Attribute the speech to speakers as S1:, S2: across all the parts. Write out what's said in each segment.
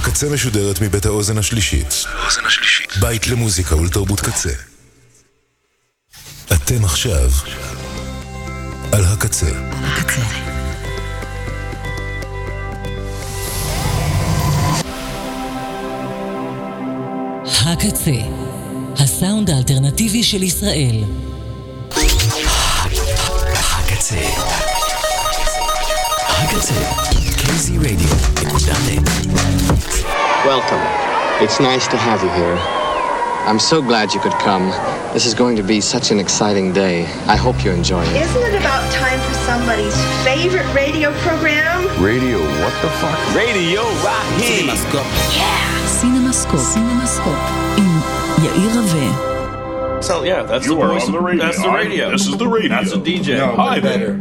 S1: הקצה משודרת מבית האוזן השלישית. בית למוזיקה ולתרבות קצה. אתם עכשיו על הקצה.
S2: הקצה, הסאונד האלטרנטיבי של ישראל. הקצה. KZRadio.net.
S3: Welcome. It's nice to have you here. I'm so glad you could come. This is going to be such an exciting day. I hope you enjoy it.
S4: Isn't it about time for somebody's favorite radio program?
S5: Radio, what the fuck? Radio Rahim.
S2: Cinemascope. עם יאיר רווה.
S6: So yeah, that's the voice. That's the radio.
S5: This is the radio.
S6: That's a DJ.
S5: No,
S6: Hi there.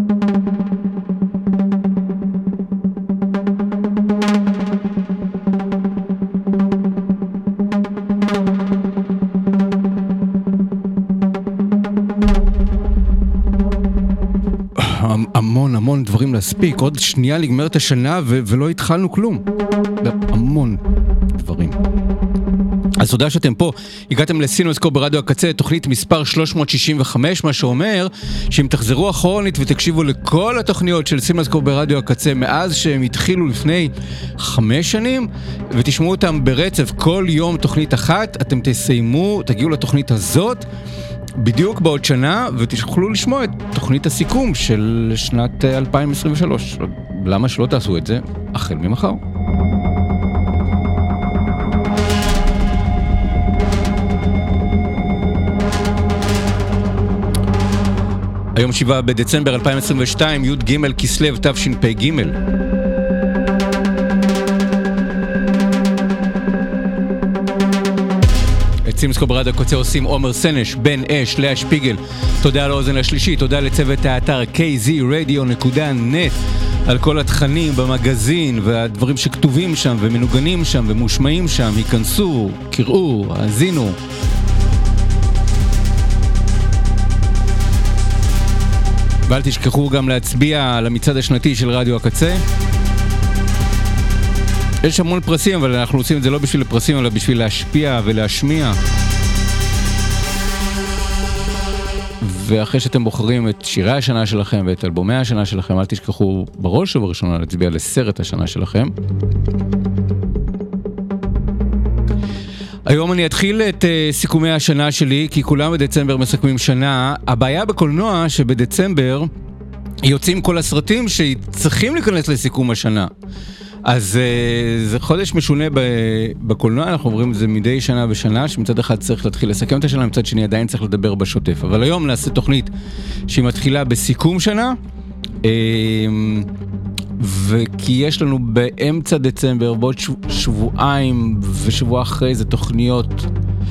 S7: המון דברים להספיק. עוד שנייה לגמרת השנה ולא התחלנו כלום. המון דברים. אז תודה שאתם פה. הגעתם לסינמסקופ ברדיו הקצה, תוכנית מספר 365, מה שאומר שאם תחזרו אחורנית ותקשיבו לכל התוכניות של סינמסקופ ברדיו הקצה מאז שהם התחילו לפני 5 שנים, ותשמעו אותם ברצף כל יום תוכנית אחת, אתם תגיעו לתוכנית הזאת בדיוק בעוד שנה, ותוכלו לשמוע את תוכנית הסיכום של שנת 2023. למה שלא תעשו את זה החל ממחר? היום 7 בדצמבר 2022, י' ג' כסלו תשפ"ג. את סינמסקופ ברדיו הקצה עושים עומר סנש, בן אש, לאה שפיגל. תודה על האוזן השלישית, תודה לצוות האתר KZRadio.net על כל התכנים במגזין והדברים שכתובים שם ומנוגנים שם ומושמעים שם. היכנסו, קראו, האזינו. ואל תשכחו גם להצביע על המצעד השנתי של רדיו הקצה. יש המון פרסים, אבל אנחנו עושים את זה לא בשביל הפרסים, אלא בשביל להשפיע ולהשמיע. ואחרי שאתם בוחרים את שירי השנה שלכם ואת אלבומי השנה שלכם, אל תשכחו בראש ובראשונה להצביע לסרט השנה שלכם. היום אני אתחיל את סיכומי השנה שלי, כי כולם בדצמבר מסכמים שנה. הבעיה בקולנוע שבדצמבר יוצאים כל הסרטים שצריכים להיכנס לסיכום השנה. אז זה חודש משונה בקולנוע, אנחנו אומרים זה מדי שנה בשנה, שמצד אחד צריך להתחיל לסכם את השנה, מצד שני עדיין צריך לדבר בשוטף. אבל היום נעשה תוכנית שהיא מתחילה בסיכום שנה, וכי יש לנו באמצע דצמבר, בעוד שבועיים ושבוע אחרי זה תוכניות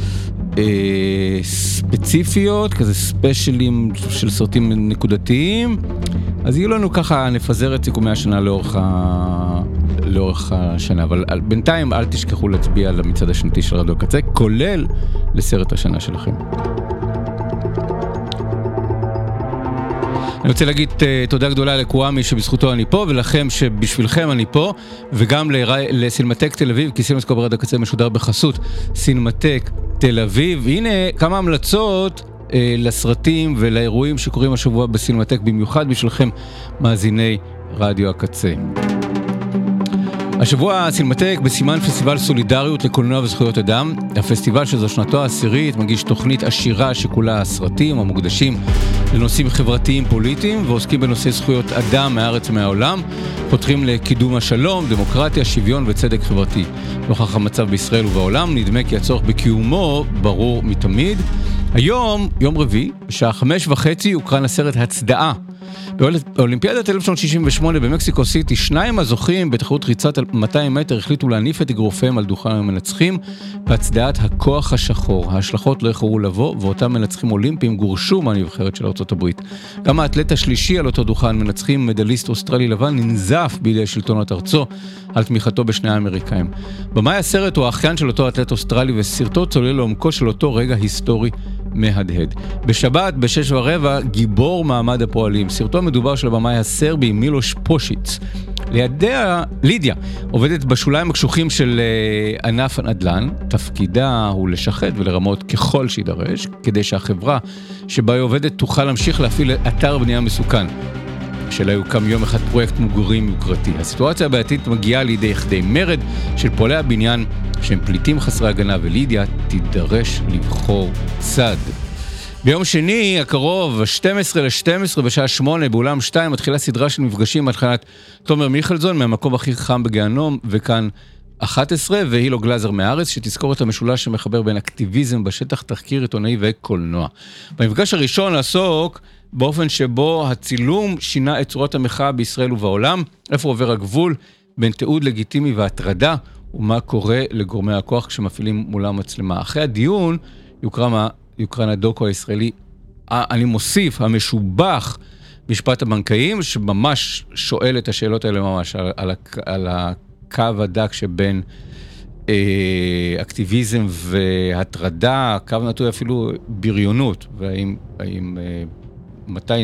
S7: ספציפיות, כזה ספיישלים של סרטים נקודתיים, אז יהיו לנו ככה, נפזר את סיכומי השנה לאורך השנה, אבל בינתיים אל תשכחו להצביע על המצעד השנתי של רדיו הקצה, כולל לסרט השנה שלכם. אני רוצה להגיד תודה גדולה לקוואמי שבזכותו אני פה, ולכם שבשבילכם אני פה, וגם לסינמטק תל אביב, כי סינמסקופ ברדיו הקצה משודר בחסות סינמטק תל אביב. הנה כמה המלצות לסרטים ולאירועים שקורים השבוע בסינמטק, במיוחד בשבילכם מאזיני רדיו הקצה. השבוע הסינמטק בסימן פסטיבל סולידריות לקולנוע וזכויות אדם. הפסטיבל שזו שנתו העשירית מגיש תוכנית עשירה שכולה סרטים המוקדשים לנושאים חברתיים פוליטיים ועוסקים בנושאי זכויות אדם מהארץ ומהעולם, פותחים לקידום השלום, דמוקרטיה, שוויון וצדק חברתי. נוכח המצב בישראל ובעולם נדמה כי הצורך בקיומו ברור מתמיד. היום, יום רביעי, בשעה 5:30 הוקרן הסרט הצדעה. באולימפיאדת 1968 במקסיקו סיטי, 2 הזוכים בתחרות ריצת 200 מטר החליטו להניף את אגרופיהם על דוכן המנצחים בהצדעת הכוח השחור. ההשלכות לא יכולו לבוא, ואותם מנצחים אולימפיים גורשו מהנבחרת של ארצות הברית. גם האתלט השלישי על אותו דוכן מנצחים, מדליסט אוסטרלי לבן, ננזף בידי שלטונות ארצו על תמיכתו בשני האמריקאים. במאי הסרט הוא האחיין של אותו אתלט אוסטרלי, וסרטו צולל לעומקו של אותו רגע היסטורי מהדהד. בשבת, ב6:15, גיבור מעמד הפועלים. סרטו מדובר של הבמאי הסרבי מילוש פושיץ, לידיה, לידיה, עובדת בשוליים הקשוחים של ענף הנדל"ן. תפקידה הוא לשחד ולרמות ככל שידרש, כדי שהחברה שבה היא עובדת תוכל להמשיך להפעיל אתר בנייה מסוכן. שלה יוקם יום אחד פרויקט מגורים יוקרתי. הסיטואציה הבעייתית מגיעה לידי יחדי מרד של פועלי הבניין שהם פליטים חסרי הגנה, ולידיה תידרש לבחור צד. ביום שני הקרוב, 12/12 בשעה 8 באולם 2, מתחילה סדרה של מפגשים מתחנת תומר מיכלזון מהמקום הכי חם בגיהנום, וכאן 11, והילו גלזר מהארץ, שתזכור את המשולש שמחבר בין אקטיביזם בשטח, תחקיר עיתונאי וקולנוע. במפגש הראשון לעסוק באופן שבו הצילום שינה את צורת המחאה בישראל ובעולם, איפה עובר הגבול בין תיעוד לגיטימי והטרדה, ומה קורה לגורמי הכוח כשמפעילים מולם מצלמה. אחרי הדיון יוקרן הדוקו הישראלי, אני מוסיף, המשובח, משפט הבנקאים, שממש שואל את השאלות האלה ממש על הקו הדק שבין אקטיביזם והטרדה, קו נטוי אפילו בריונות, והאם מתי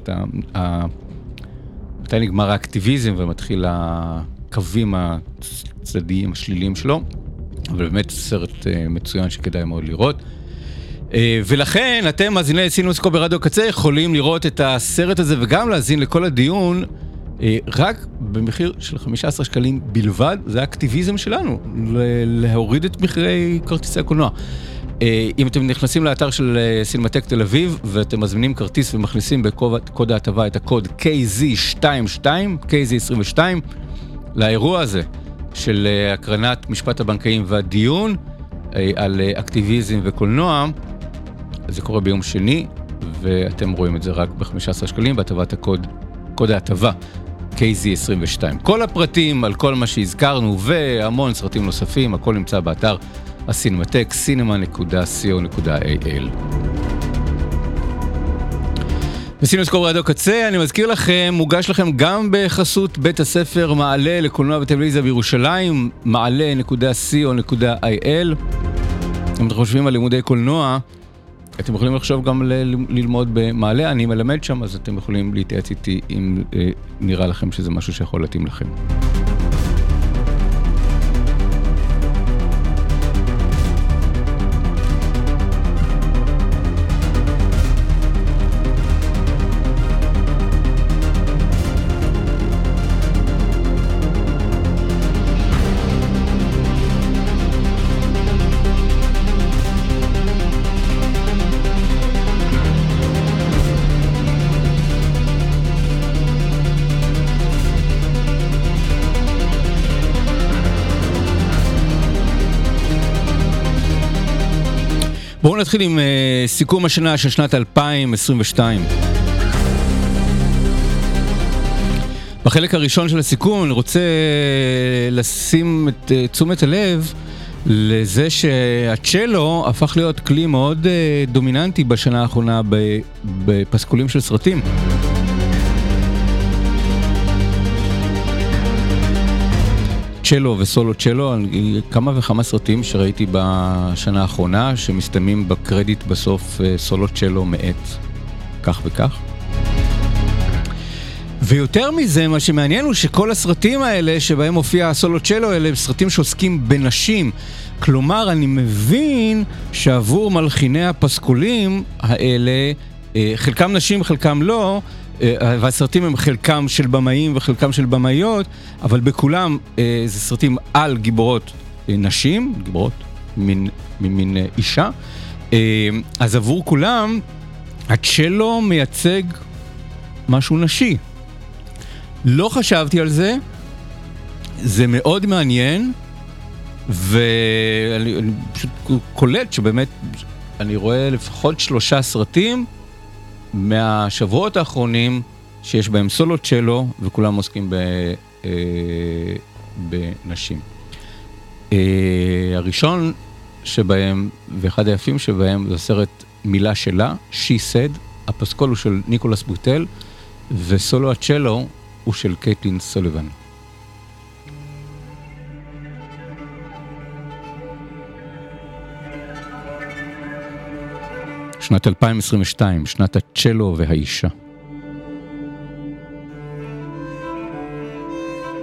S7: נגמר האקטיביזם ומתחיל הקווים הצדדיים השליליים שלו, אבל באמת סרט מצוין שכדאי מאוד לראות. ולכן אתם מאזיני סינוס קו ברדיו קצה יכולים לראות את הסרט הזה וגם להזין לכל הדיון רק במחיר של 15 שקלים בלבד. זה האקטיביזם שלנו, להוריד את מחירי כרטיסי הקולנוע. אם אתם נכנסים לאתר של סינמטק תל אביב ואתם מזמינים כרטיס ומכניסים בקוד ההטבה את הקוד KZ22, KZ22, לאירוע הזה של הקרנת משפט הבנקאים והדיון על אקטיביזם וקולנוע, זה קורה ביום שני, ואתם רואים את זה רק ב-15 שקלים, בהטבת קוד ההטבה, KZ22. כל הפרטים על כל מה שהזכרנו, והמון סרטים נוספים, הכל נמצא באתר הסינמטק, cinema.co.il. בסינוס קו ברדיו קצה, אני מזכיר לכם, מוגש לכם גם בחסות בית הספר מעלה לקולנוע וטלוויזיה בירושלים, מעלה.co.il. אם אתם חושבים על לימודי קולנוע, אתם יכולים לחשוב גם ללמוד במעלה, אני מלמד שם, אז אתם יכולים להתייעץ איתי אם נראה לכם שזה משהו שיכול להתאים לכם. בואו נתחיל עם סיכום השנה של שנת 2022. בחלק הראשון של הסיכום אני רוצה לשים את תשומת הלב לזה שהצ'לו הפך להיות כלי מאוד דומיננטי בשנה האחרונה בפסקולים של סרטים. צ'לו וסולו צ'לו, כמה וכמה סרטים שראיתי בשנה האחרונה, שמסתיימים בקרדיט בסוף סולו צ'לו מאת כך וכך. ויותר מזה, מה שמעניין הוא שכל הסרטים האלה שבהם מופיע הסולו צ'לו, אלה סרטים שעוסקים בנשים. כלומר, אני מבין שעבור מלחיני הפסקולים האלה, חלקם נשים, חלקם לא, והסרטים הם חלקם של במאים וחלקם של במאיות, אבל בכולם זה סרטים על גיבורות נשים, גיבורות ממין אישה. אז עבור כולם הצ'לו מייצג משהו נשי. לא חשבתי על זה, זה מאוד מעניין, ואני פשוט קולט שבאמת אני רואה לפחות 3 סרטים מהשבועות האחרונים שיש בהם סולו צ'לו, וכולם עוסקים בנשים. הראשון שבהם, ואחד היפים שבהם, זה סרט מילה שלה, She Said. הפסקול הוא של ניקולס בוטל, וסולו הצ'לו הוא של קייטלין סוליבן. שנת 2022, שנת הצ'לו והאישה.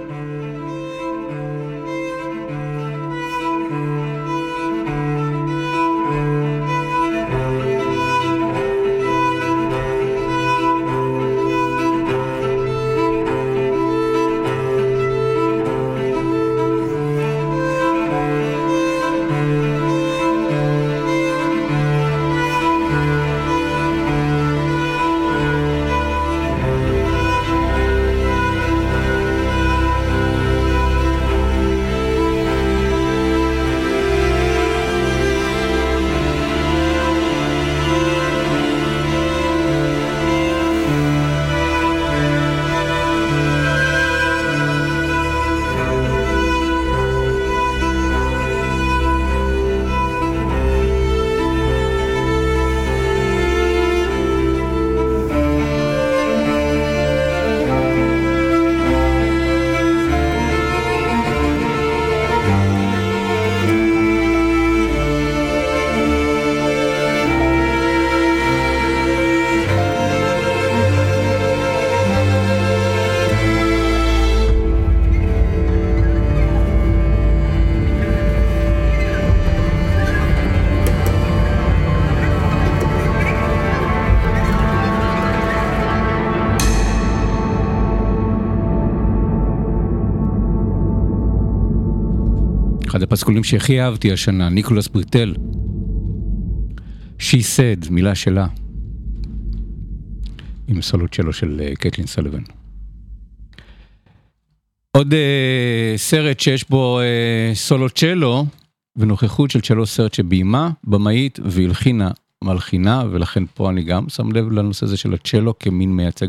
S7: אחד הפסקולים שהכי אהבתי השנה, ניקולס בריטל. She said, מילה שלה. עם סולו צ'לו של קייטלין סוליבן. עוד סרט שיש בו סולו צ'לו, ונוכחות של צ'לו, סרט שביימה, במאית והלחינה מלחינה, ולכן פה אני גם שם לב לנושא הזה של הצ'לו, כמין מייצג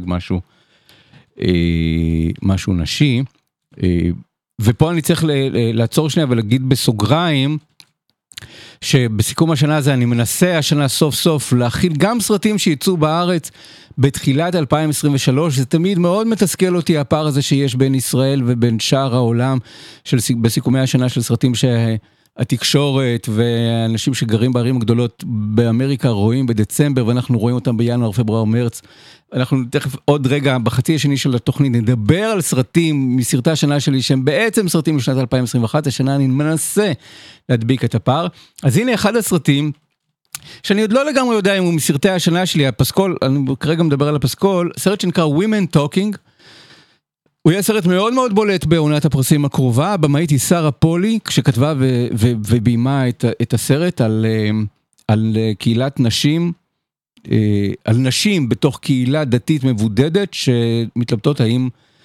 S7: משהו נשי. ופה אני צריך לעצור שנייה ולהגיד בסוגריים, שבסיכום השנה הזה אני מנסה השנה סוף סוף להכיל גם סרטים שיצאו בארץ בתחילת 2023, זה תמיד מאוד מתסכל אותי הפער הזה שיש בין ישראל ובין שאר העולם, בסיכומי השנה של סרטים שהתקשורת ואנשים שגרים בערים הגדולות באמריקה רואים בדצמבר, ואנחנו רואים אותם בינואר, פברואר, מרץ. אנחנו תכף עוד רגע בחצי השני של התוכנית נדבר על סרטים מסרטי השנה שלי שהם בעצם סרטים לשנת 2021, השנה אני מנסה להדביק את הפער. אז הנה אחד הסרטים שאני עוד לא לגמרי יודע אם הוא מסרטי השנה שלי, הפסקול, אני כרגע מדבר על הפסקול, סרט שנקרא Women Talking, הוא יהיה סרט מאוד מאוד בולט בעונת הפרסים הקרובה, הבמאית היא שרה פולי, שכתבה וביימה את הסרט על קהילת נשים, על נשים בתוך קהילה דתית מבודדת, שמתלבטות האם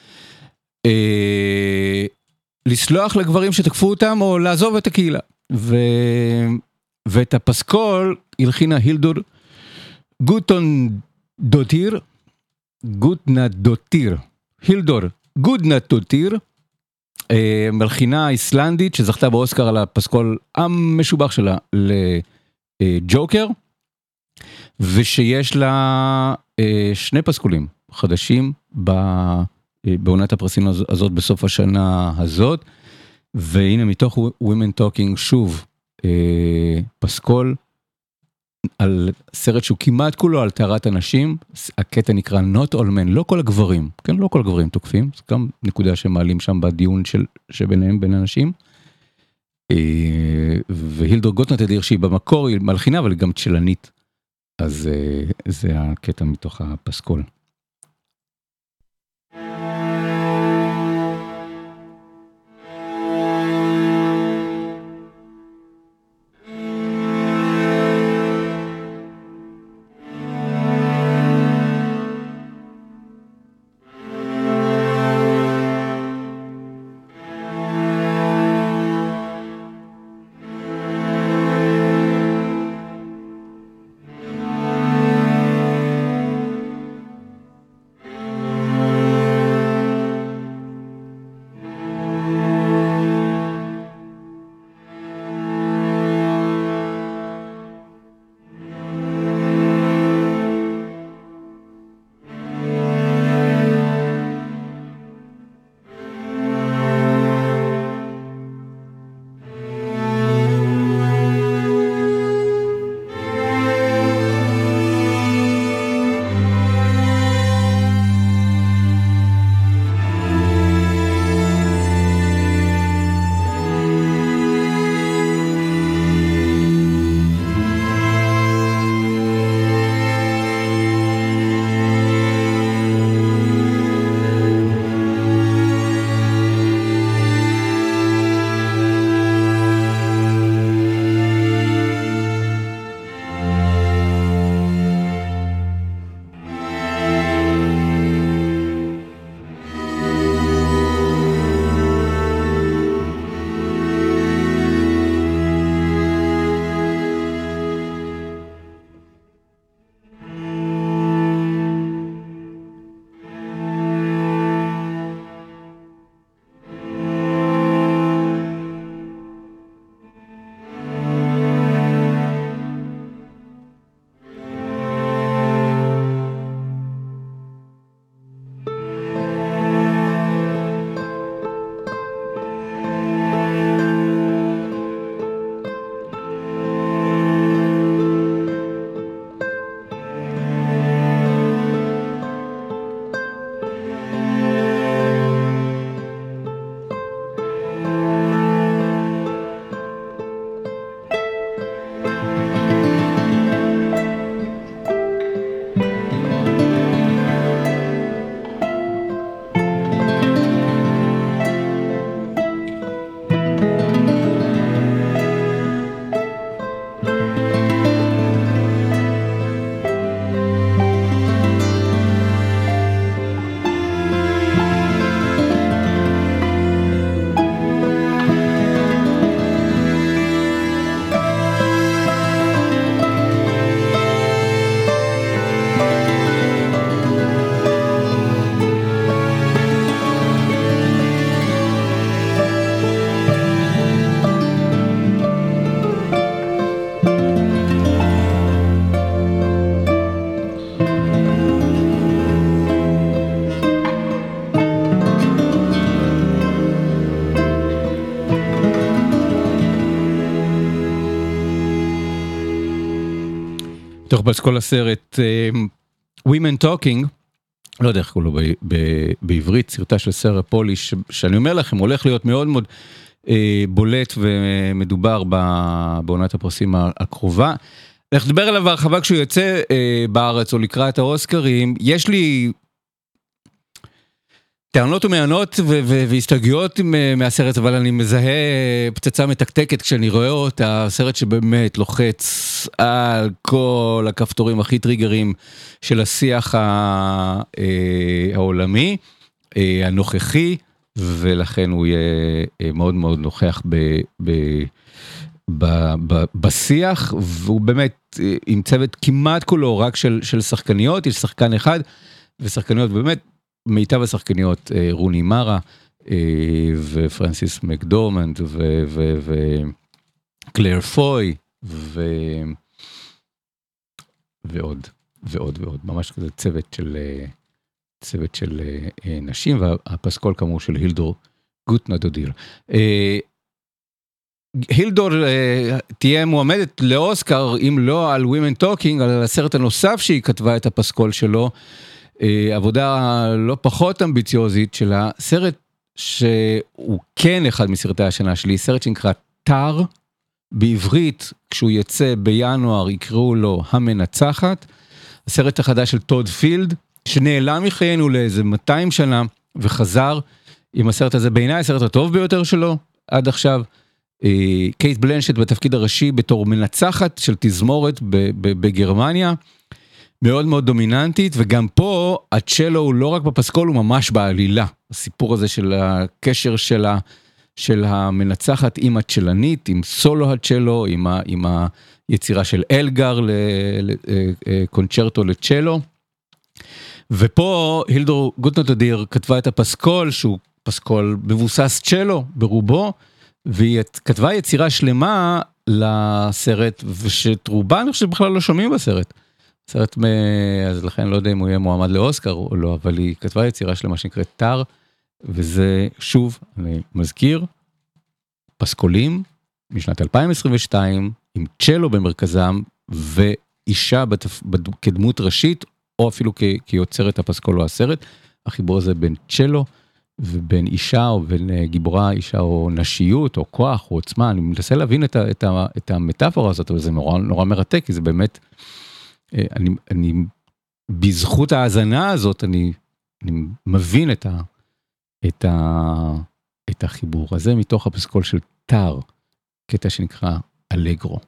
S7: לסלוח לגברים שתקפו אותם, או לעזוב את הקהילה. ואת הפסקול הלחינה הילדור גוטנדוטיר, הילדור גוטנדוטיר, מלחינה איסלנדית שזכתה באוסקר על הפסקול המשובח שלה לג'וקר, ושיש לה שני פסקולים חדשים בעונת הפרסים הזאת בסוף השנה הזאת, והנה מתוך Women Talking שוב פסקול על סרט שהוא כמעט כולו על טהרת הנשים, הקטע נקרא Not All Men, לא כל הגברים, כן, לא כל הגברים תוקפים, זה גם נקודה שמעלים שם בדיון שביניהם, בין אנשים, והילדור גוטנדוטיר שהיא במקור, היא מלחינה, אבל היא גם צ'לנית, אז זה הקטע מתוך הפסקול. מתוך פסקול הסרט Women Talking, לא יודע איך קוראים לו בעברית, סרטה של סרה פולי, שאני אומר לכם, הולך להיות מאוד מאוד בולט ומדובר בעונת הפרסים הקרובה. אנחנו נדבר עליו בהרחבה כשהוא יוצא בארץ או לקראת האוסקרים. יש לי טענות ומענות והסתייגויות מהסרט, אבל אני מזהה פצצה מתקתקת כשאני רואה אותה, סרט שבאמת לוחץ על כל הכפתורים הכי טריגרים של השיח העולמי, הנוכחי, ולכן הוא יהיה מאוד מאוד נוכח בשיח, והוא באמת עם צוות כמעט כולו רק של שחקניות, יש שחקן אחד, ושחקניות באמת, מיטב השחקניות, רוני מרה, ופרנסיס מקדורמנד, וקלר פוי, ועוד, ממש כזה צוות של נשים, והפסקול כאמור של הילדור גוטנדודיר. הילדור תהיה מועמדת לאוסקר, אם לא על Women Talking, על הסרט הנוסף שהיא כתבה את הפסקול שלו, עבודה לא פחות אמביציוזית שלה, סרט שהוא כן אחד מסרטי השנה שלי, סרט שנקרא טאר, בעברית כשהוא יצא בינואר יקראו לו המנצחת, הסרט החדש של טוד פילד, שנעלם מחיינו לאיזה 200 שנה, וחזר עם הסרט הזה, בעיניי הסרט הטוב ביותר שלו, עד עכשיו, קייט בלנשט בתפקיד הראשי, בתור מנצחת של תזמורת בגרמניה, מאוד מאוד דומיננטית, וגם פה הצ'לו הוא לא רק בפסקול, הוא ממש בעלילה, הסיפור הזה של הקשר של המנצחת עם הצ'לנית, עם סולו הצ'לו, עם היצירה של אלגר לקונצ'רטו לצ'לו, ופה הילדור גוטנדודיר כתבה את הפסקול, שהוא פסקול מבוסס צ'לו ברובו, והיא כתבה יצירה שלמה לסרט, ושאת רובה אני חושב בכלל לא שומעים בסרט. סרט, אז לכן לא יודע אם הוא יהיה מועמד לאוסקר או לא, אבל היא כתבה יצירה שלמה שנקראת טאר, וזה שוב, אני מזכיר, פסקולים משנת 2022, עם צ'לו במרכזם, ואישה כדמות ראשית, או אפילו כיוצרת הפסקול או הסרט, החיבור הזה בין צ'לו, ובין אישה, או בין גיבורה, אישה, או נשיות, או כוח, או עוצמה, אני מנסה להבין את המטאפורה הזאת, אבל זה נורא מרתק, כי זה באמת, אני בזכות ההאזנה הזאת, אני מבין את החיבור הזה, מתוך הפסקול של טאר, קטע שנקרא אלגרו.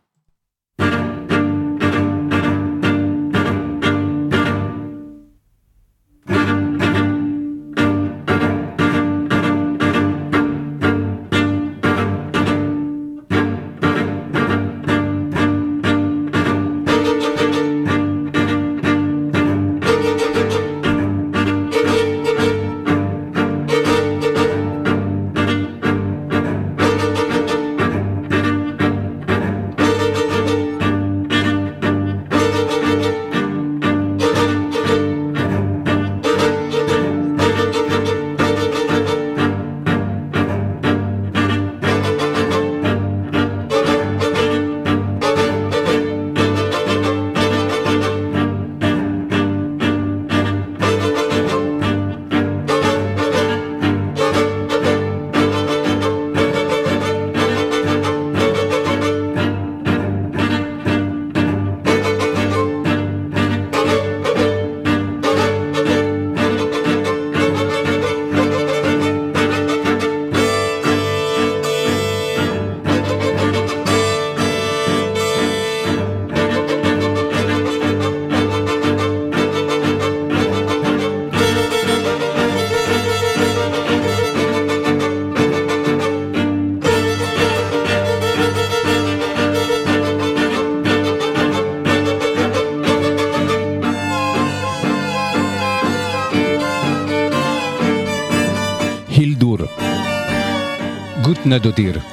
S7: גוטנדודיר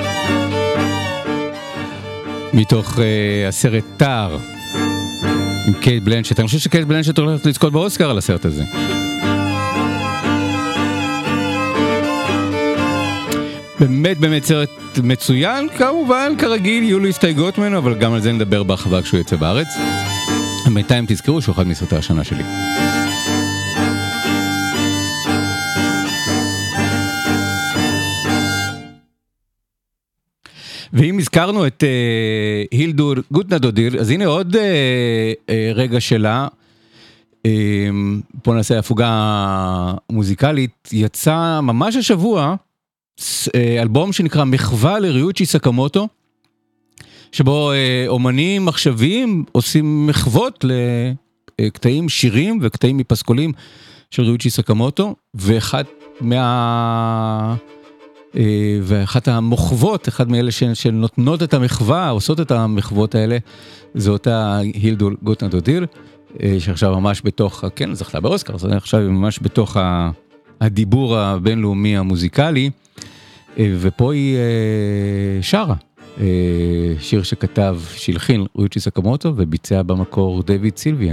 S7: מתוך הסרט טאר עם קייט בלנשט. אני חושב שקייט בלנשט הולכת לזכות באוסקר על הסרט הזה. באמת באמת סרט מצוין, כמובן, כרגיל, יהיו לי הסתייגות ממנו, אבל גם על זה נדבר בהרחבה כשהוא יצא בארץ. בינתיים תזכרו שהוא אחד מסרטי השנה שלי. ואם הזכרנו את הילדור גוטנדודיר, אז הנה עוד רגע שלה, פה נעשה הפוגה מוזיקלית, יצא ממש השבוע, אלבום שנקרא מחווה לריוצ'י סקמוטו, שבו אומנים מחשביים עושים מחוות לקטעים שירים וקטעים מפסקולים של ריוצ'י סקמוטו, ואחת המוחוות, אחד מאלה שנותנות את המחווה, עושות את המחוות האלה, זו אותה הילדור גוטנדודיר, שעכשיו ממש בתוך, כן, זכתה באוסקר, זה עכשיו ממש בתוך הדיבור הבינלאומי המוזיקלי, ופה היא שרה, שיר שכתב, שהלחין ריוצ'י סקמוטו, וביצע במקור דיוויד סילביאן,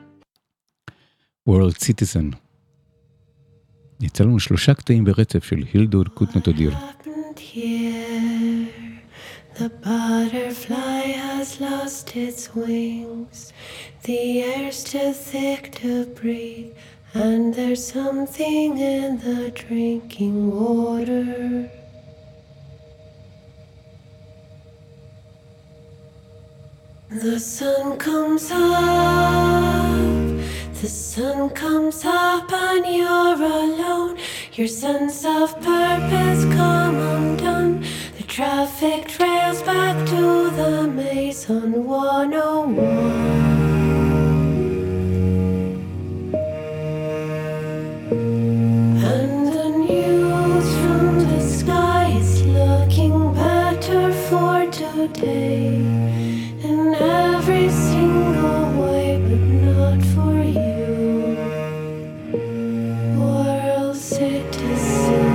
S7: World Citizen. יצא לנו 3 קטעים ברצף של הילדור גוטנדודיר.
S8: The butterfly has lost its wings. The air's too thick to breathe, and there's something in the drinking water. The sun comes up, the sun comes up and you're alone. Your sense of purpose come undone. The traffic trails back to the maze on 101. And the news from the sky is looking better for today. In every single way, but not for you, world citizen.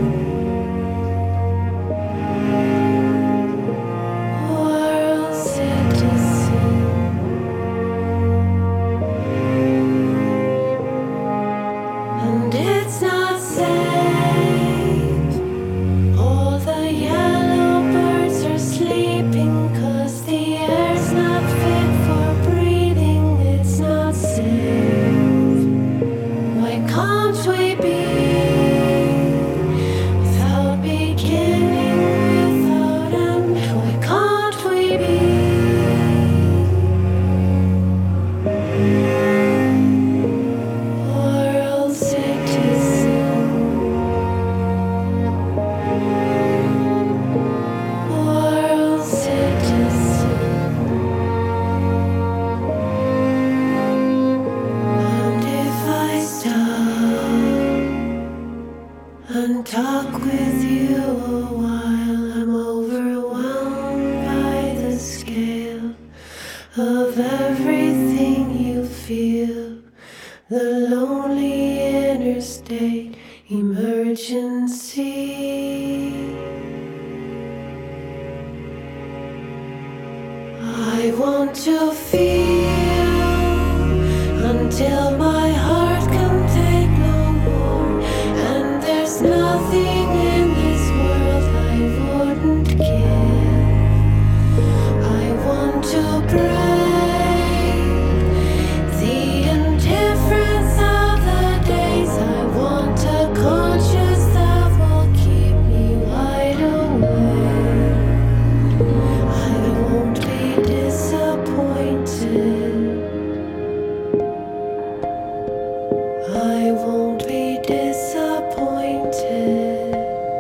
S8: World citizen. And it's not safe. All the yellow birds are sleeping 'cause the air's not fit for breathing. It's not safe. Why can't we be without beginning, without end? Why can't we be world citizen? World citizen. And if I stop and talk with you a while, I'm overwhelmed by the scale of everything you feel. The lonely interstate emergency. I want to feel until my heart can take no more. And there's nothing in this world I wouldn't give. I want to break the indifference of the days. I want a conscience that will keep me wide awake. I won't be disappointed. I won't be disappointed.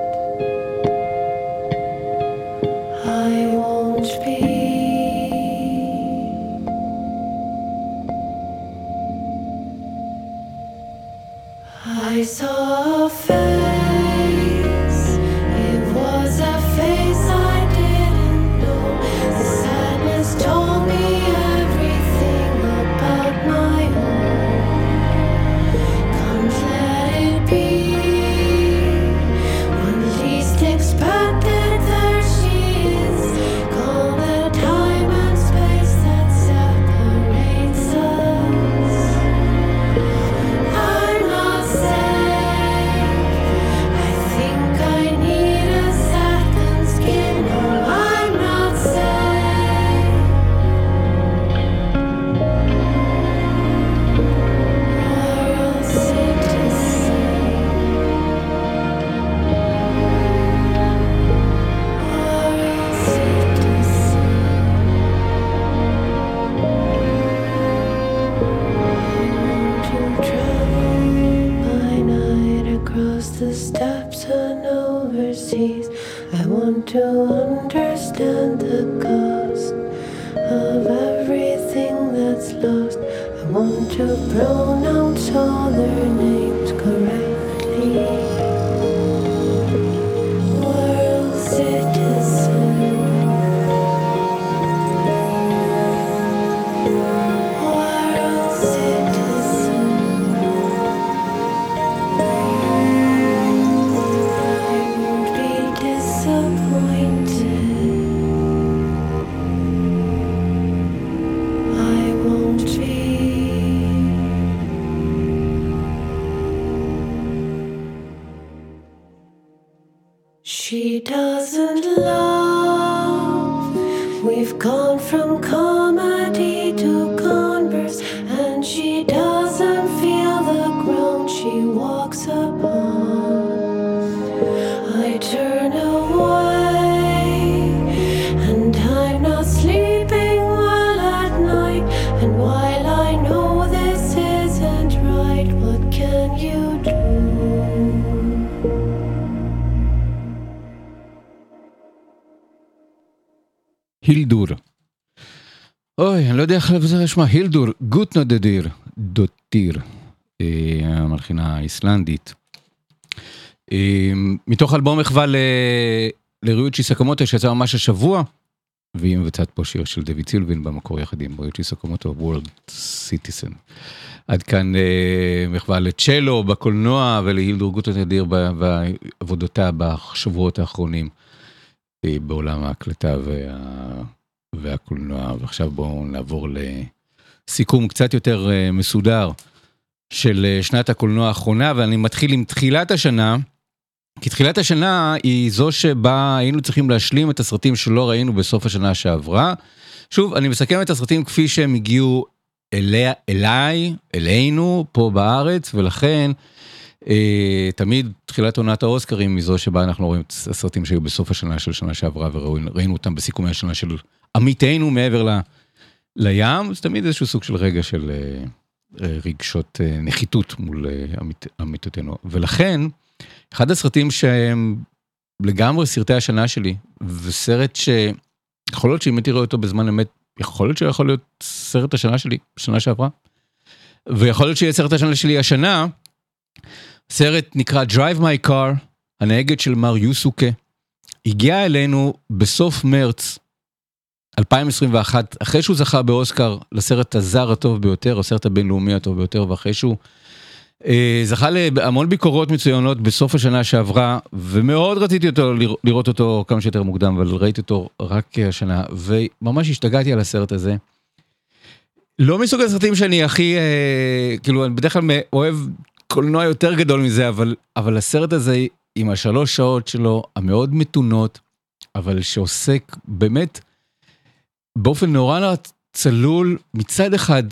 S8: I won't be. I saw a face. It was a face I didn't know. The sadness told me everything about my own. Can't let it be. When least expected, there she is. Gone the time and space that separates us. I'm not safe. across the steps and overseas. I want to understand the cost of everything that's lost. I want to pronounce all their names correctly. World citizen. She doesn't love. We've gone from comedy to converse, and she doesn't feel the ground she walks upon. I turn away, and I'm not sleeping well at night. And while I know this isn't right, what can you do?
S7: הילדור. אוי, אני לא יודע איך זה נשמע. הילדור, גוטנה דדיר, דוטיר, המלחינה האיסלנדית. מתוך אלבום מחווה לריוצ'י סקמוטו, שיצא ממש השבוע, והיא מבצעת פה שיר של דויד סילבין במקור יחד עם ריוצ'י סקמוטו, World Citizen. עד כאן מחווה לצ'לו בקולנוע, ולהילדור גוטנה דדיר בעבודתה בשבועות האחרונים. בעולם ההקלטה והקולנוע. ועכשיו בואו נעבור לסיכום קצת יותר מסודר של שנת הקולנוע האחרונה, ואני מתחיל עם תחילת השנה, כי תחילת השנה היא זו שבה היינו צריכים להשלים את הסרטים שלא ראינו בסוף השנה שעברה. שוב, אני מסכם את הסרטים כפי שהם הגיעו אלינו פה בארץ, ולכן תמיד תחילת עונת האוסקרים היא זו שבה אנחנו רואים את הסרטים שהיו בסוף השנה של שנה שעברה, וראינו אותם בסיכומי השנה של עמיתינו מעבר לים. זה תמיד איזשהו סוג של רגע של רגשות נחיתות מול עמיתותינו. ולכן, אחד הסרטים שהם לגמרי סרטי השנה שלי, וסרט שיכול להיות שאם הייתי רואה אותו בזמן אמת, יכול להיות שיכול להיות סרט השנה שלי, שנה שעברה, ויכול להיות שיהיה סרט השנה שלי השנה. סרט נקרא Drive My Car, הנהגת של מר יוסוקה, הגיע אלינו בסוף מרץ 2021, אחרי שהוא זכה באוסקר לסרט הזר הטוב ביותר, הסרט הבינלאומי הטוב ביותר, ואחרי שהוא זכה להמון ביקורות מצוינות בסוף השנה שעברה, ומאוד רציתי לראות אותו כמה שיותר מוקדם, אבל ראיתי אותו רק השנה, וממש השתגעתי על הסרט הזה. לא מסוג הסרטים שאני הכי, כאילו, אני בדרך כלל אוהב קולנוע יותר גדול מזה, אבל הסרט הזה עם 3 שעות שלו, המאוד מתונות, אבל שעוסק באמת באופן נורא צלול, מצד אחד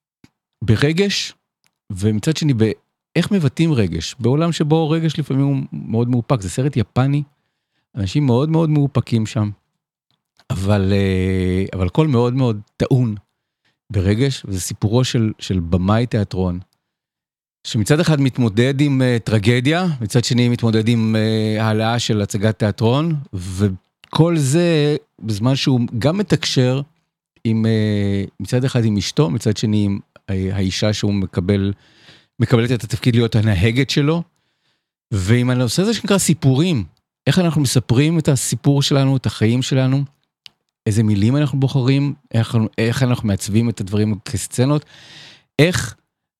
S7: ברגש, ומצד שני באיך מבטאים רגש, בעולם שבו רגש לפעמים הוא מאוד מאופק. זה סרט יפני, אנשים מאוד מאוד מאופקים שם, אבל הכל מאוד מאוד טעון ברגש, וזה סיפורו של במאי תיאטרון, שמצד אחד מתמודד עם טרגדיה, מצד שני מתמודד עם העלאה של הצגת תיאטרון, וכל זה בזמן שהוא גם מתקשר עם, מצד אחד עם אשתו, מצד שני עם האישה שהוא מקבלת את התפקיד להיות הנהגת שלו, ועם הנושא הזה שנקרא סיפורים, איך אנחנו מספרים את הסיפור שלנו, את החיים שלנו, איזה מילים אנחנו בוחרים, איך אנחנו מעצבים את הדברים כסצנות, איך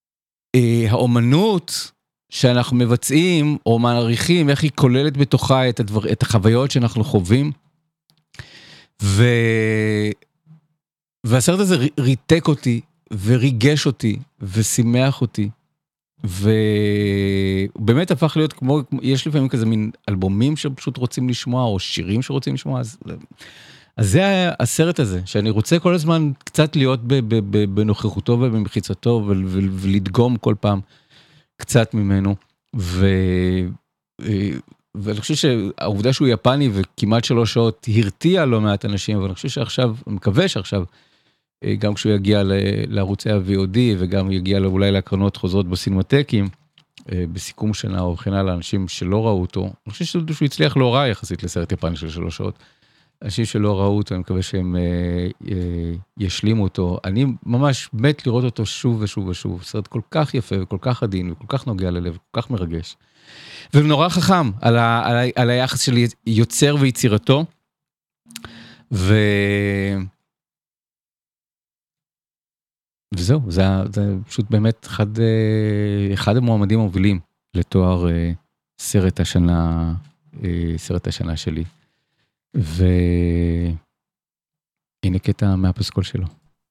S7: האומנות שאנחנו מבצעים או מעריכים, איך היא כוללת בתוכה את החוויות שאנחנו חווים, והסרט הזה ריתק אותי, וריגש אותי, ושימח אותי, ובאמת הפך להיות כמו, יש לפעמים כזה מין אלבומים שפשוט רוצים לשמוע, או שירים שרוצים לשמוע, אז זה הסרט הזה, שאני רוצה כל הזמן קצת להיות בנוכחותו ובמחיצתו, ולדגום כל פעם קצת ממנו, ואני חושב שהעובדה שהוא יפני וכמעט 3 שעות הרתיע לא מעט אנשים, אבל אני חושב שעכשיו, אני מקווה שעכשיו, גם כשהוא יגיע לערוצי ה-VOD, וגם יגיע אולי להקרנות חוזרות בסינמטקים, בסיכום שנה או בכנה לאנשים שלא ראו אותו, אני חושב שהוא הצליח לא רע יחסית לסרט יפני של 3 שעות, אנשים שלא ראו אותו, אני מקווה שהם ישלימו אותו, אני ממש מת לראות אותו שוב ושוב ושוב, סרט כל כך יפה וכל כך עדין וכל כך נוגע ללב, כל כך מרגש, ונורא חכם על היחס של יוצר ויצירתו, וזהו, זה פשוט באמת אחד המועמדים המובילים לתואר סרט השנה שלי. והנה קטע מהפסקול שלו.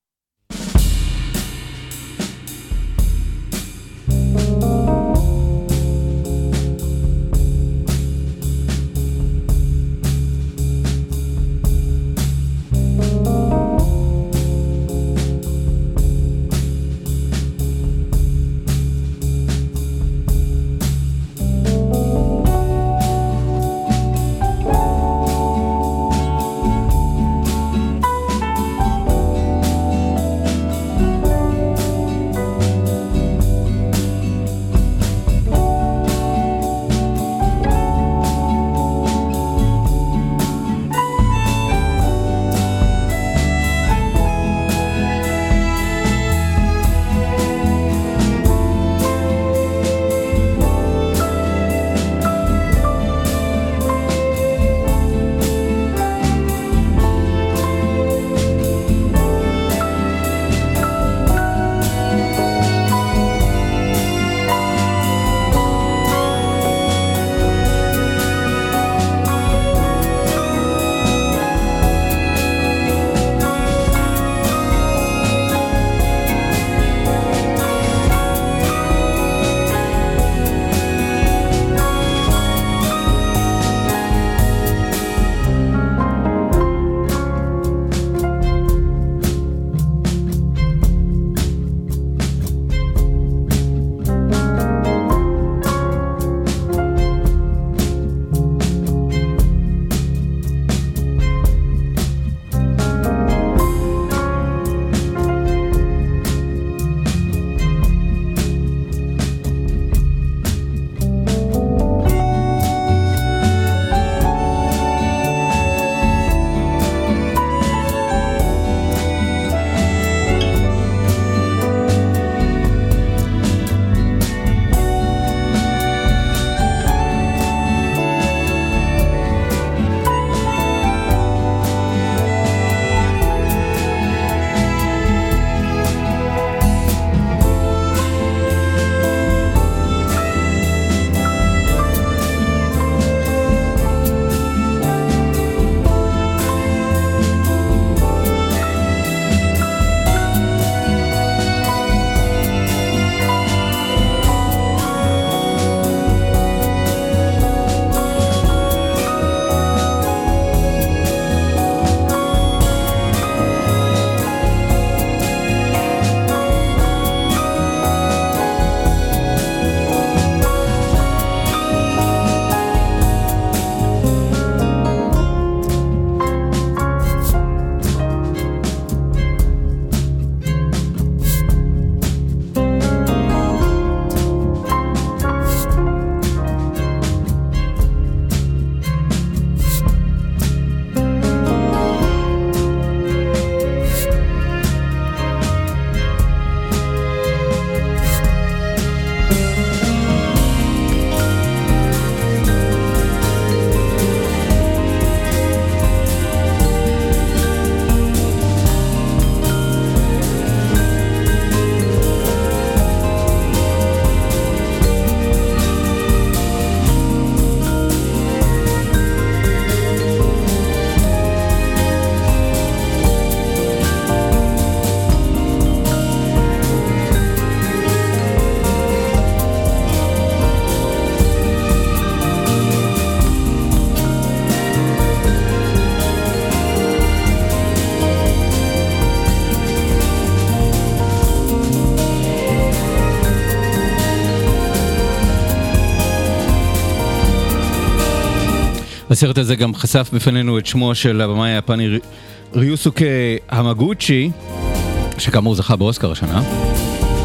S7: הסרט הזה גם חשף בפנינו את שמו של הבמאי היפני ריוסוקה המגוצ'י, שכאמור זכה באוסקר השנה.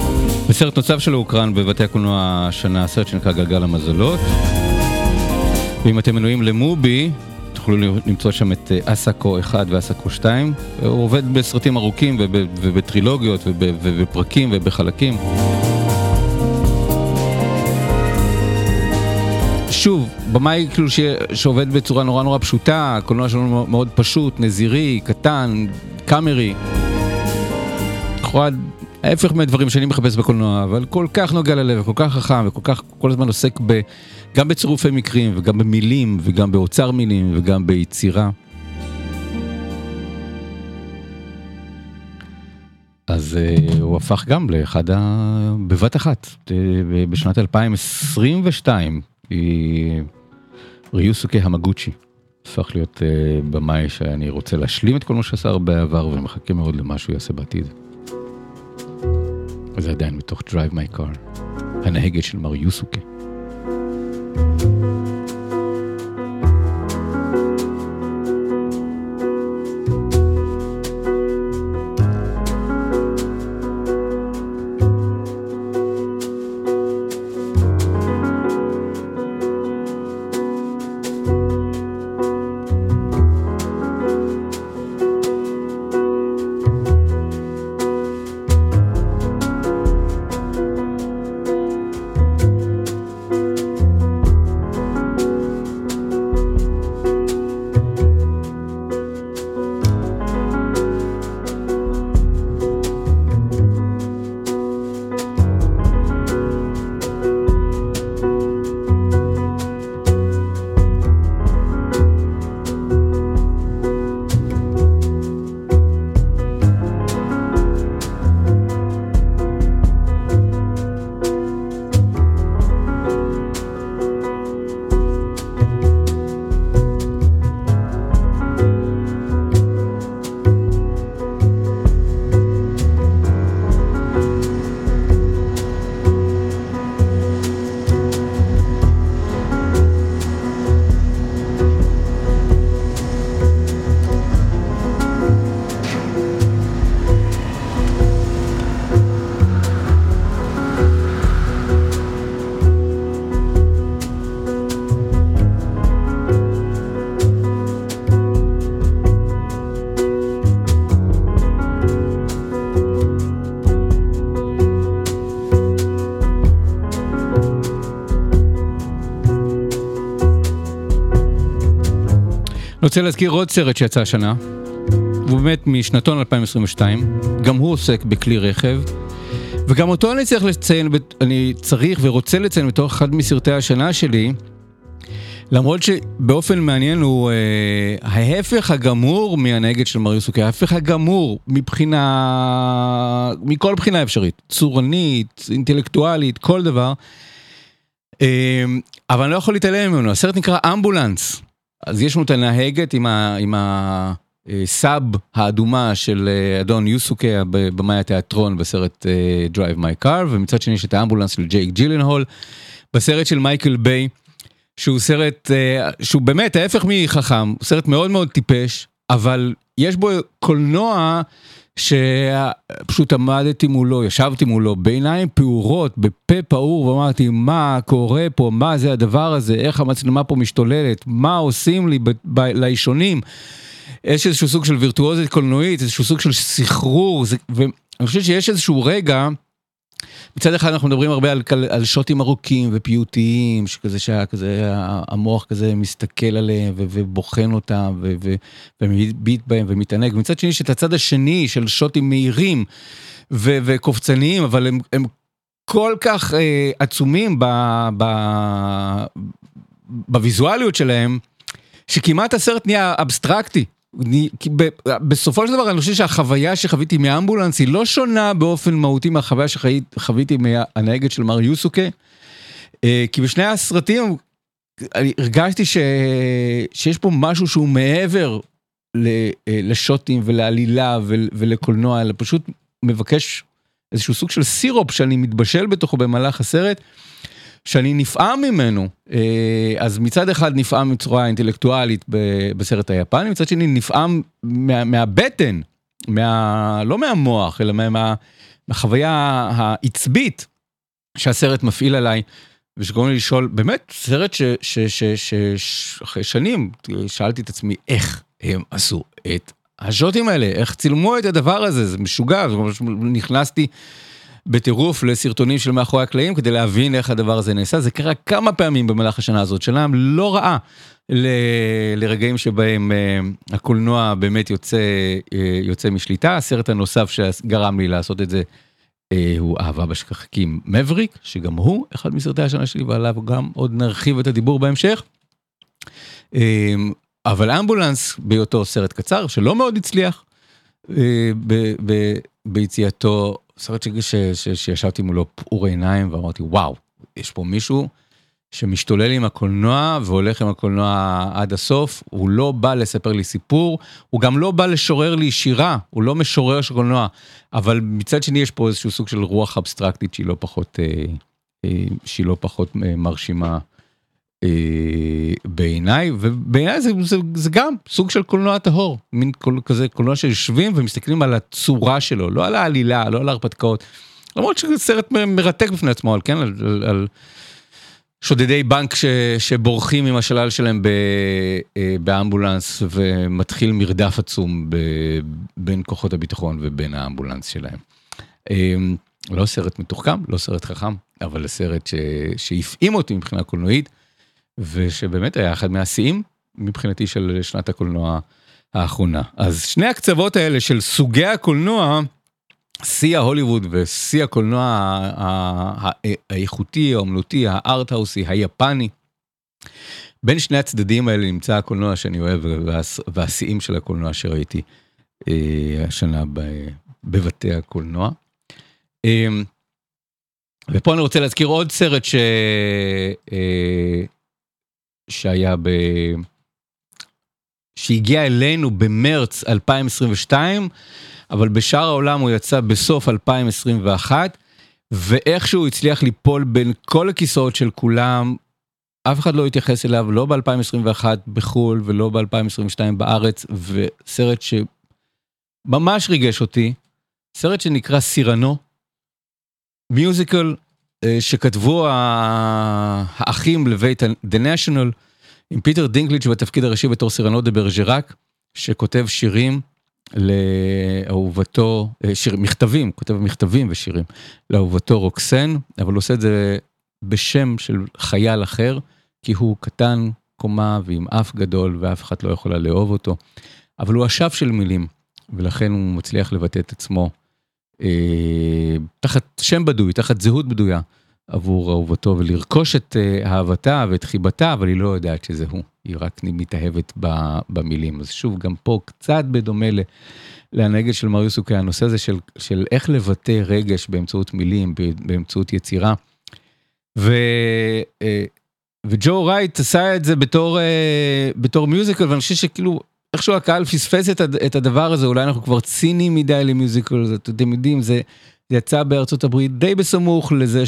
S7: בסרט נוסף שלו הוקרן בבתי הקולנוע השנה, סרט שנקרא גלגל המזלות. ואם אתם מנויים למובי, תוכלו למצוא שם את אסקו 1 ואסקו 2. הוא עובד בסרטים ארוכים ובטרילוגיות ובפרקים ובחלקים. שוב, במאי כאילו שעובד בצורה נורא נורא פשוטה, הקולנוע שלנו מאוד פשוט, נזירי, קטן, קאמרי. ההפך מהדברים שאני מחפש בקולנוע, אבל כל כך נוגע ללב, כל כך חכם, וכל כך כל הזמן עוסק גם בצירופי מקרים, וגם במילים, וגם באוצר מילים, וגם ביצירה. אז הוא הפך גם לאחד בבת אחת, בשנת 2022, ריוסוקי המגוצ'י הפך להיות במאי שאני רוצה להשלים את כל מה שעשה הרבה עבר, ומחכה מאוד למה שהוא יעשה בעתיד. וזה עדיין מתוך Drive My Car, הנהגת של מר יוסוקי. אני רוצה להזכיר עוד סרט שיצא השנה, והוא באמת משנתון 2022, גם הוא עוסק בכלי רכב, וגם אותו אני צריך ורוצה לציין בתוך אחד מסרטי השנה שלי, למרות שבאופן מעניין הוא ההפך הגמור מהנהגת של מר יוסוקי, ההפך הגמור מכל בחינה אפשרית, צורנית, אינטלקטואלית, כל דבר, אבל אני לא יכול להתעלם ממנו. הסרט נקרא אמבולנס. אז יש לנו את הנהגת עם הסאב האדומה של אדון יוסוקי במאי התיאטרון בסרט Drive My Car, ומצד שני יש את האמבולנס של ג'ייק ג'ילנהול בסרט של מייקל ביי, שהוא סרט שהוא באמת ההפך מחכם, הוא סרט מאוד מאוד טיפש, אבל יש בו קולנוע שפשוט עמדתי מולו, ישבתי מולו, בעיניים פעורות, בפה פעור, ואמרתי, מה קורה פה, מה זה הדבר הזה, איך המצלמה פה משתוללת, מה עושים לי לאישונים, יש איזשהו סוג של וירטואוזית קולנועית, איזשהו סוג של סחרור, ואני חושב שיש איזשהו רגע, מצד אחד אנחנו מדברים הרבה על שוטים ארוכים ופיוטיים, שכזה המוח כזה מסתכל עליהם ובוחן אותם ומביט בהם ומתענג, ומצד שני שאת הצד השני של שוטים מהירים וקופצניים, אבל הם כל כך עצומים בוויזואליות שלהם, שכמעט הסרט נהיה אבסטרקטי. בסופו של דבר אני חושב שהחוויה שחוויתי מהאמבולנס היא לא שונה באופן מהותי מהחוויה שחוויתי מהנהגת של מר יוסוקי, כי בשני הסרטים הרגשתי שיש פה משהו שהוא מעבר לשוטים ולעלילה ולקולנוע, אלא פשוט מבקש איזשהו סוג של סירופ שאני מתבשל בתוכו במהלך הסרט, שאני נפעם ממנו. אז מצד אחד נפעם בצורה אינטלקטואלית בסרט היפני, מצד שני נפעם מהבטן, לא מהמוח, אלא החוויה העצבית שהסרט מפעיל עליי, ושגורם לי לשאול, באמת, סרט אחרי שנים, שאלתי את עצמי, איך הם עשו את השוטים האלה, איך צילמו את הדבר הזה, זה משוגע, נכנסתי בטירוף לסרטונים של מאחורי הקלעים, כדי להבין איך הדבר הזה נעשה, זה קרה כמה פעמים במהלך השנה הזאת, שנה לא רעה לרגעים שבהם הקולנוע באמת יוצא משליטה, הסרט הנוסף שגרם לי לעשות את זה, הוא אהבה בשחקים מבריק, שגם הוא אחד מסרטי השנה שלי, ועליו גם עוד נרחיב את הדיבור בהמשך. אבל אמבולנס בהיותו סרט קצר, שלא מאוד הצליח ביציאתו, סרט שישבתי מולו פעור עיניים, ואמרתי, וואו, יש פה מישהו שמשתולל עם הקולנוע, והולך עם הקולנוע עד הסוף, הוא לא בא לספר לי סיפור, הוא גם לא בא לשורר לי שירה, הוא לא משורר של קולנוע, אבל מצד שני יש פה איזשהו סוג של רוח אבסטרקטית, שהיא לא פחות מרשימה בעיניי, ובעיניי זה גם סוג של קולנוע טהור, מין כזה קולנוע שיושבים ומסתכלים על הצורה שלו, לא על העלילה, לא על ההרפתקאות, למרות שזה סרט מרתק בפני עצמו, כן, על שודדי בנק שבורחים עם השלל שלהם באמבולנס, ומתחיל מרדף עצום בין כוחות הביטחון ובין האמבולנס שלהם. לא סרט מתוחכם, לא סרט חכם, אבל סרט שהפעים אותי מבחינה קולנועית, ושבאמת היה אחד מהשיאים מבחינתי של שנת הקולנוע האחרונה. אז שני הקצוות האלה של סוגי הקולנוע, שיא ההוליווד ושיא הקולנוע האיכותי, האומנותי, הארט-האוסי, היפני. בין שני הצדדים האלה נמצא הקולנוע שאני אוהב, והשיאים של הקולנוע שראיתי השנה בבתי הקולנוע. ופה אני רוצה להזכיר עוד סרט שהיה שהגיע אלינו במרץ 2022, אבל בשאר העולם הוא יצא בסוף 2021, ואיכשהו הצליח ליפול בין כל הכיסאות של כולם, אף אחד לא התייחס אליו, לא ב-2021 בחול, ולא ב-2022 בארץ, וסרט שממש ריגש אותי, סרט שנקרא סירנו, מיוזיקל שכתבו האחים לבית The National, עם פיטר דינקליץ' בתפקיד הראשי בתור סירנו דה ברג'רק, שכותב שירים לאהובתו, מכתבים, כותב מכתבים ושירים, לאהובתו רוקסן, אבל הוא עושה את זה בשם של חייל אחר, כי הוא קטן, קומה ועם אף גדול, ואף אחד לא יכולה לאהוב אותו, אבל הוא אשף של מילים, ולכן הוא מצליח לבטא את עצמו, תחת שם בדוי, תחת זהות בדויה, עבור אהובתו, ולרכוש את אהבתה ואת חיבתה, אבל היא לא יודעת שזה הוא, היא רק מתאהבת במילים. אז שוב, גם פה קצת בדומה להנהגת של מריוס אוקי, הנושא הזה של איך לבטא רגש באמצעות מילים, באמצעות יצירה. וג'ו רייט עשה את זה בתור מיוזיקל, ואני חושב שכאילו, איכשהו הקהל פספס את הדבר הזה, אולי אנחנו כבר צינים מדי למיוזיקל, אתם יודעים, זה יצא בארצות הברית די בסמוך לזה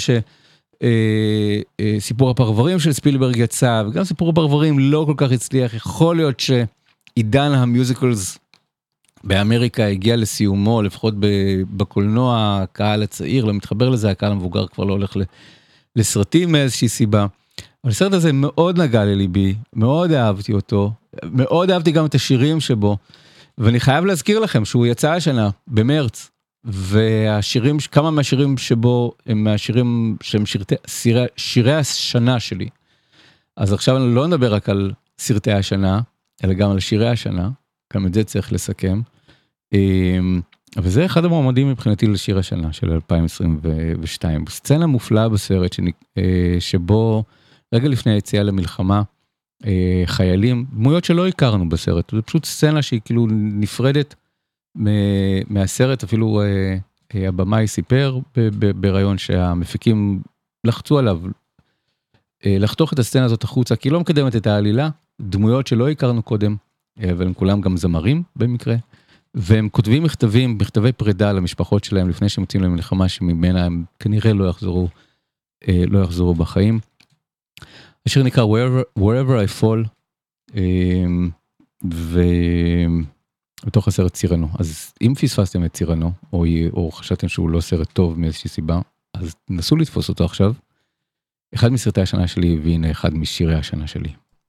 S7: סיפור הפרברים של ספילברג יצא, וגם סיפור הפרברים לא כל כך הצליח, יכול להיות שעידן המיוזיקלס באמריקה הגיע לסיומו, לפחות בקולנוע, הקהל הצעיר לא מתחבר לזה, הקהל המבוגר כבר לא הולך לסרטים מאיזושהי סיבה, אבל הסרט הזה מאוד נגע לליבי, מאוד אהבתי אותו, מאוד אהבתי גם את השירים שבו, ואני חייב להזכיר לכם שהוא יצא השנה, במרץ, והשירים, כמה מהשירים שבו הם מהשירים שהם שירי השנה שלי. אז עכשיו אני לא נדבר רק על סרטי השנה, אלא גם על שירי השנה, גם את זה צריך לסכם. וזה אחד המועמדים מבחינתי לשיר השנה של 2022. סצנה מופלאה בסרט שבו רגע לפני היציאה למלחמה, חיילים, דמויות שלא הכרנו בסרט, זה פשוט סצנה שהיא כאילו נפרדת מהסרט, אפילו הבמאי סיפר ברעיון שהמפיקים לחצו עליו לחתוך את הסצנה הזאת החוצה, כי היא לא מקדמת את העלילה, דמויות שלא הכרנו קודם, אבל הם כולם גם זמרים במקרה, והם כותבים מכתבי פרידה למשפחות שלהם לפני שהם יוצאים למלחמה שממנה הם כנראה לא יחזרו בחיים. השיר נקרא Wherever I Fall, בתוך הסרט צירנו. אז אם פספסתם את צירנו, או חשבתם שהוא לא סרט טוב מאיזושהי סיבה, אז נסו לתפוס אותו עכשיו. אחד מסרטי השנה שלי, והנה אחד משירי השנה שלי.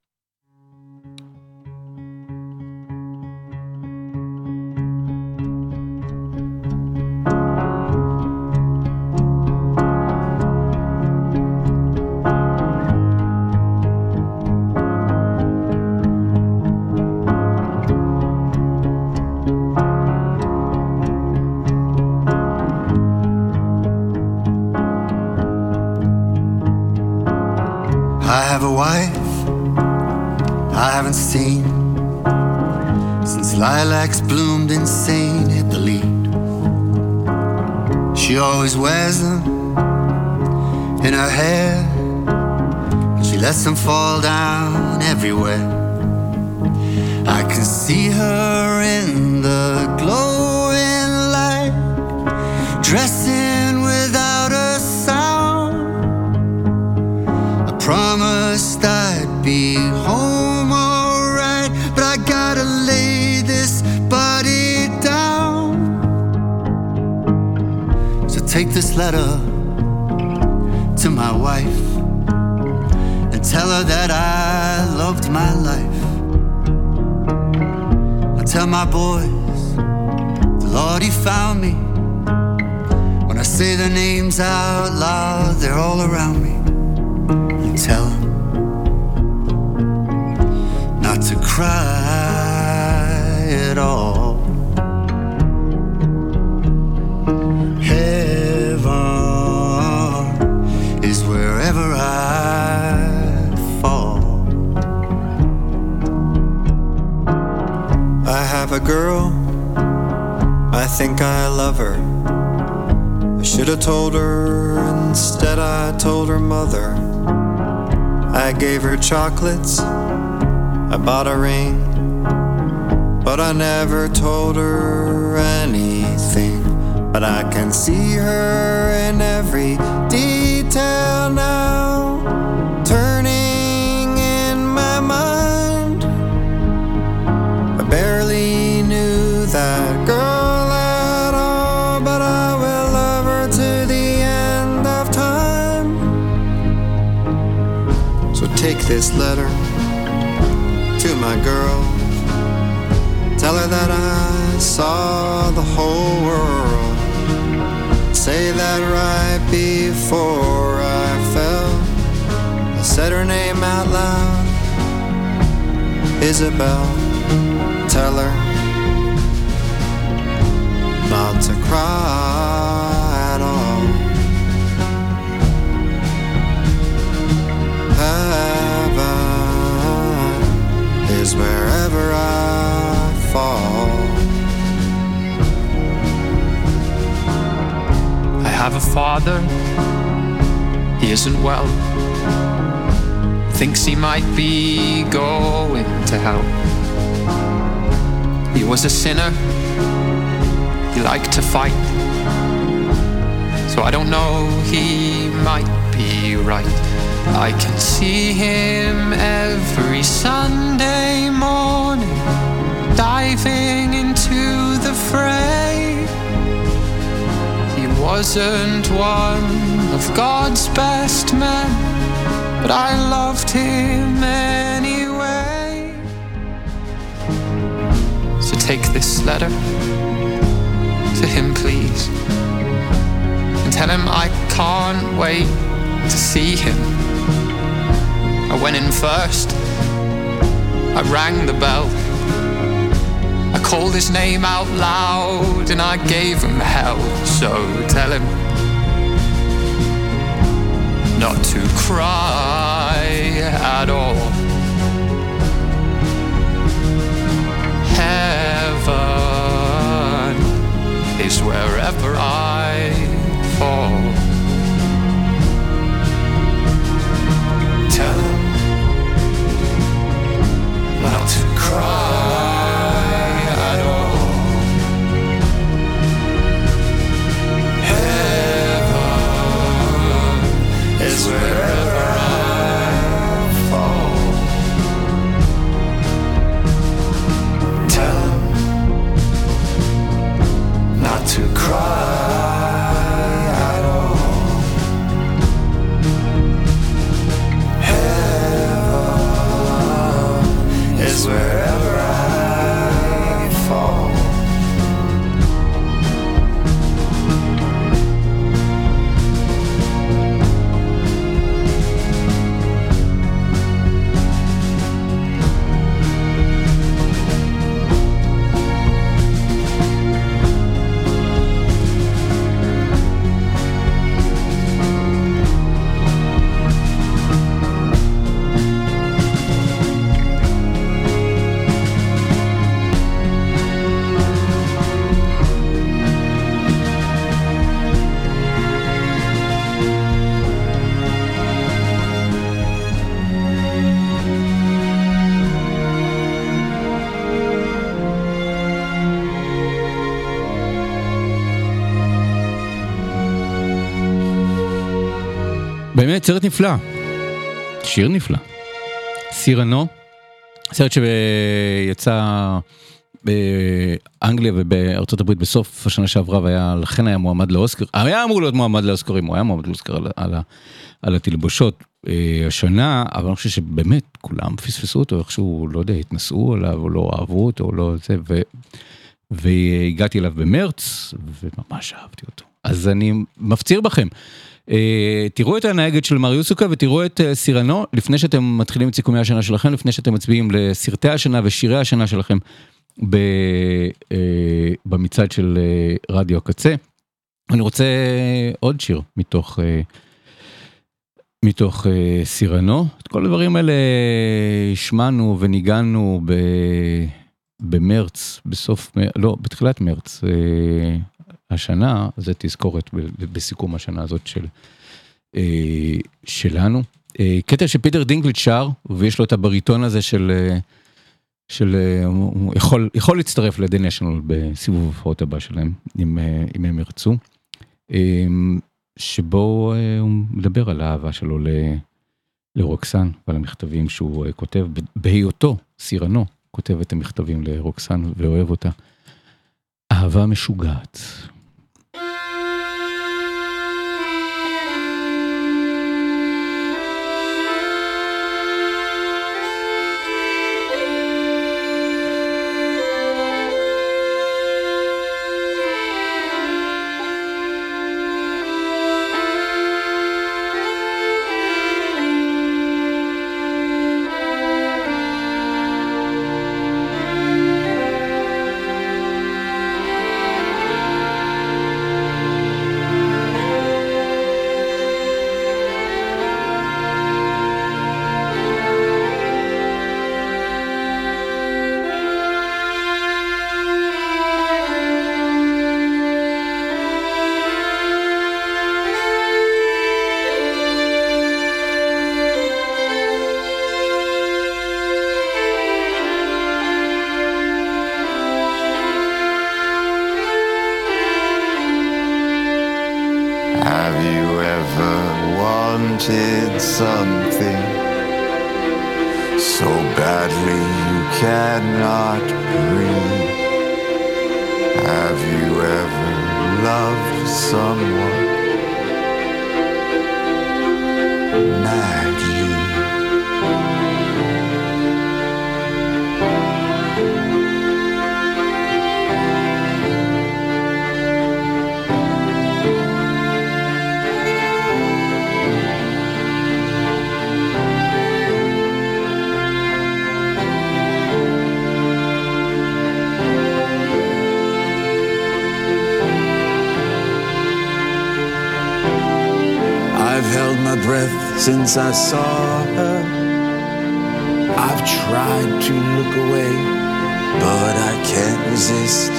S9: I have a wife I haven't seen since lilacs bloomed insane at the lead. She always wears them in her hair, and she lets them fall down everywhere. I can see her in the glowing light, dressing without a sound. I promised I'd be home alright, but I gotta lay this body down. So take this letter to my wife and tell her that I loved my life. I tell my boys the Lord he found me. When I say their names out loud, they're all around me. You tell them not to cry at all. Heaven is wherever I fall. I have a girl, I think I love her. I should have told her, instead I told her mother. I gave her chocolates, I bought a ring, but I never told her anything. But I can see her in every detail now, turning in my mind. I barely knew that girl at all, but I will love her to the end of time. So take this letter to my girl, tell her that I saw the whole world. Say that right before I fell, I said her name out loud, Isabel. Tell her not to cry at all. Heaven is wherever I fall.
S10: I have a father, he isn't well. Thinks he might be going to hell. He was a sinner, he liked to fight. So I don't know, he might be right. I can see him every Sunday morning, diving into the fray. He wasn't one of God's best men, but I loved him anyway. So take this letter to him, please, and tell him I can't wait to see him. I went in first, I rang the bell, I called his name out loud and I gave him hell. So tell him not to cry at all. Heaven is wherever I fall. Tell him not to cry at all. Heaven is wherever I fall.
S7: באמת סרט נפלא, שיר נפלא. סירנו, סרט שיצא באנגליה ובארצות הברית בסוף השנה שעברה, ולכן היה מועמד לאוסקר, היה אמור להיות מועמד לאוסקרים, הוא היה מועמד לאוסקר על התלבושות השנה, אבל אני חושב שבאמת כולם פספסו אותו, איכשהו, לא יודע, התנסו עליו, או לא אהבו אותו, או לא זה, והגעתי אליו במרץ, וממש אהבתי אותו. אז אני מפציר בכם, תראו את הנהגת של מר יוסוקה, ותראו את סירנו, לפני שאתם מתחילים את סיכומי השנה שלכם, לפני שאתם מצביעים לסרטי השנה ושירי השנה שלכם, במצעד של רדיו הקצה. אני רוצה עוד שיר מתוך סירנו. את כל הדברים האלה השמענו וניגענו במרץ, בתחילת מרץ השנה, זה תזכורת בסיכום השנה הזאת שלנו. קטע שפיטר דינקלג' שר, ויש לו את הבריטון הזה הוא יכול להצטרף ל-The National בסיבוב ההופעות הבא שלהם, אם הם ירצו, שבו הוא מדבר על האהבה שלו לרוקסן, ועל המכתבים שהוא כותב, בהיותו, סירנו, כותב את המכתבים לרוקסן ואוהב אותה. אהבה משוגעת.
S11: Something so badly you cannot breathe. Have you ever loved someone madly?
S12: Held my breath since I saw her. I've tried to look away, but I can't resist.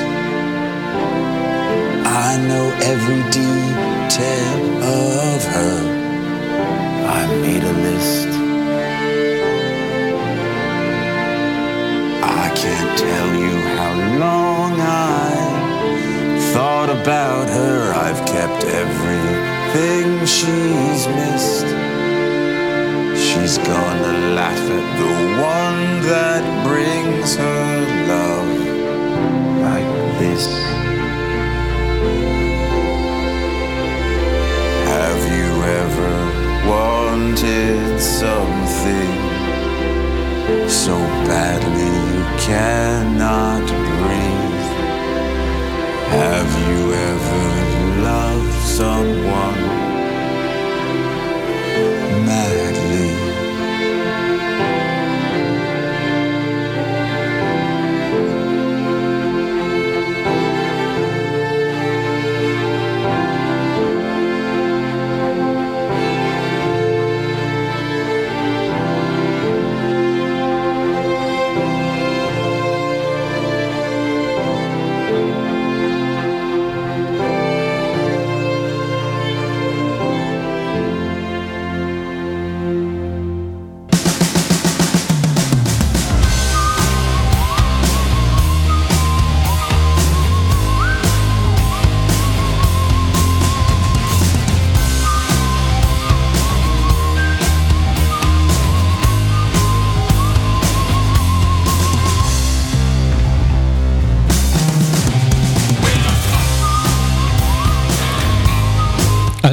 S12: I know every detail of her. I made a list. I can't tell you how long I thought about her. I've kept everything she's missed. She's gonna laugh at the one that brings her love like this. Have you ever wanted something so badly you cannot breathe? Have you ever loved someone madly?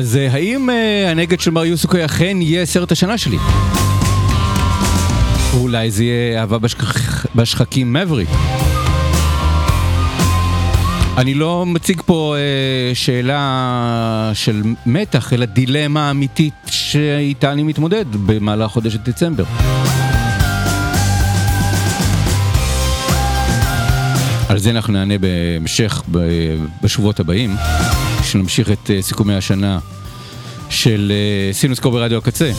S7: אז האם הנגד של מר יוסוקוי אכן יהיה סרט השנה שלי? אולי זה יהיה אהבה בשחקים מבריק. אני לא מציג פה שאלה של מתח, אלא דילמה אמיתית שאיתה אני מתמודד במהלך חודש דצמבר. על זה אנחנו נענה בהמשך בשבועות הבאים, כשנמשיך את סיכומי השנה של סינוסקופ ברדיו הקצה.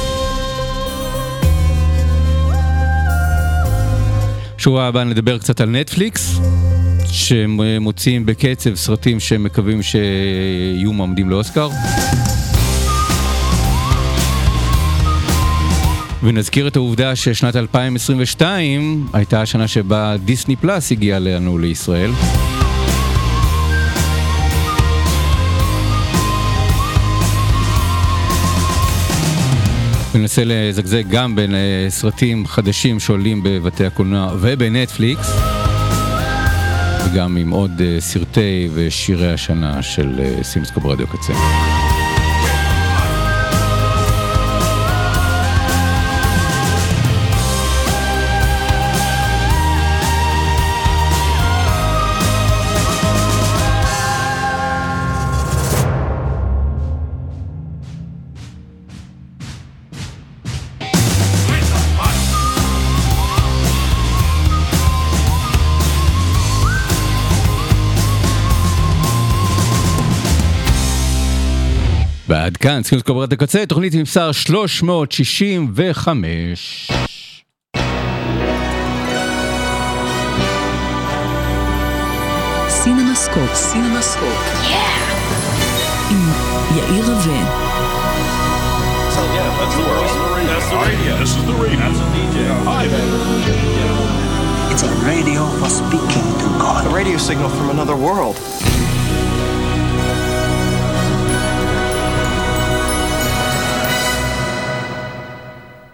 S7: שבוע הבא נדבר קצת על נטפליקס, שמוצאים בקצב סרטים שמקווים שיהיו מעמדים לאוסקר. ונזכיר את העובדה ששנת 2022 הייתה השנה שבה דיסני פלאס הגיעה לנו לישראל. וננסה לזגזג גם בין סרטים חדשים שעולים בבתי הקולנוע ובנטפליקס, וגם עם עוד סרטי ושירי השנה של סינוסקופ ברדיו הקצה. ועד כאן, סינוסקופ ברדיו הקצה, תוכנית מספר 365.
S2: סינמסקופ. עם יאיר רווה.
S6: So yeah, that's the world. That's the radio. This is the radio. That's a DJ. Hi there.
S13: It's a radio for speaking to God.
S3: A radio signal from another world.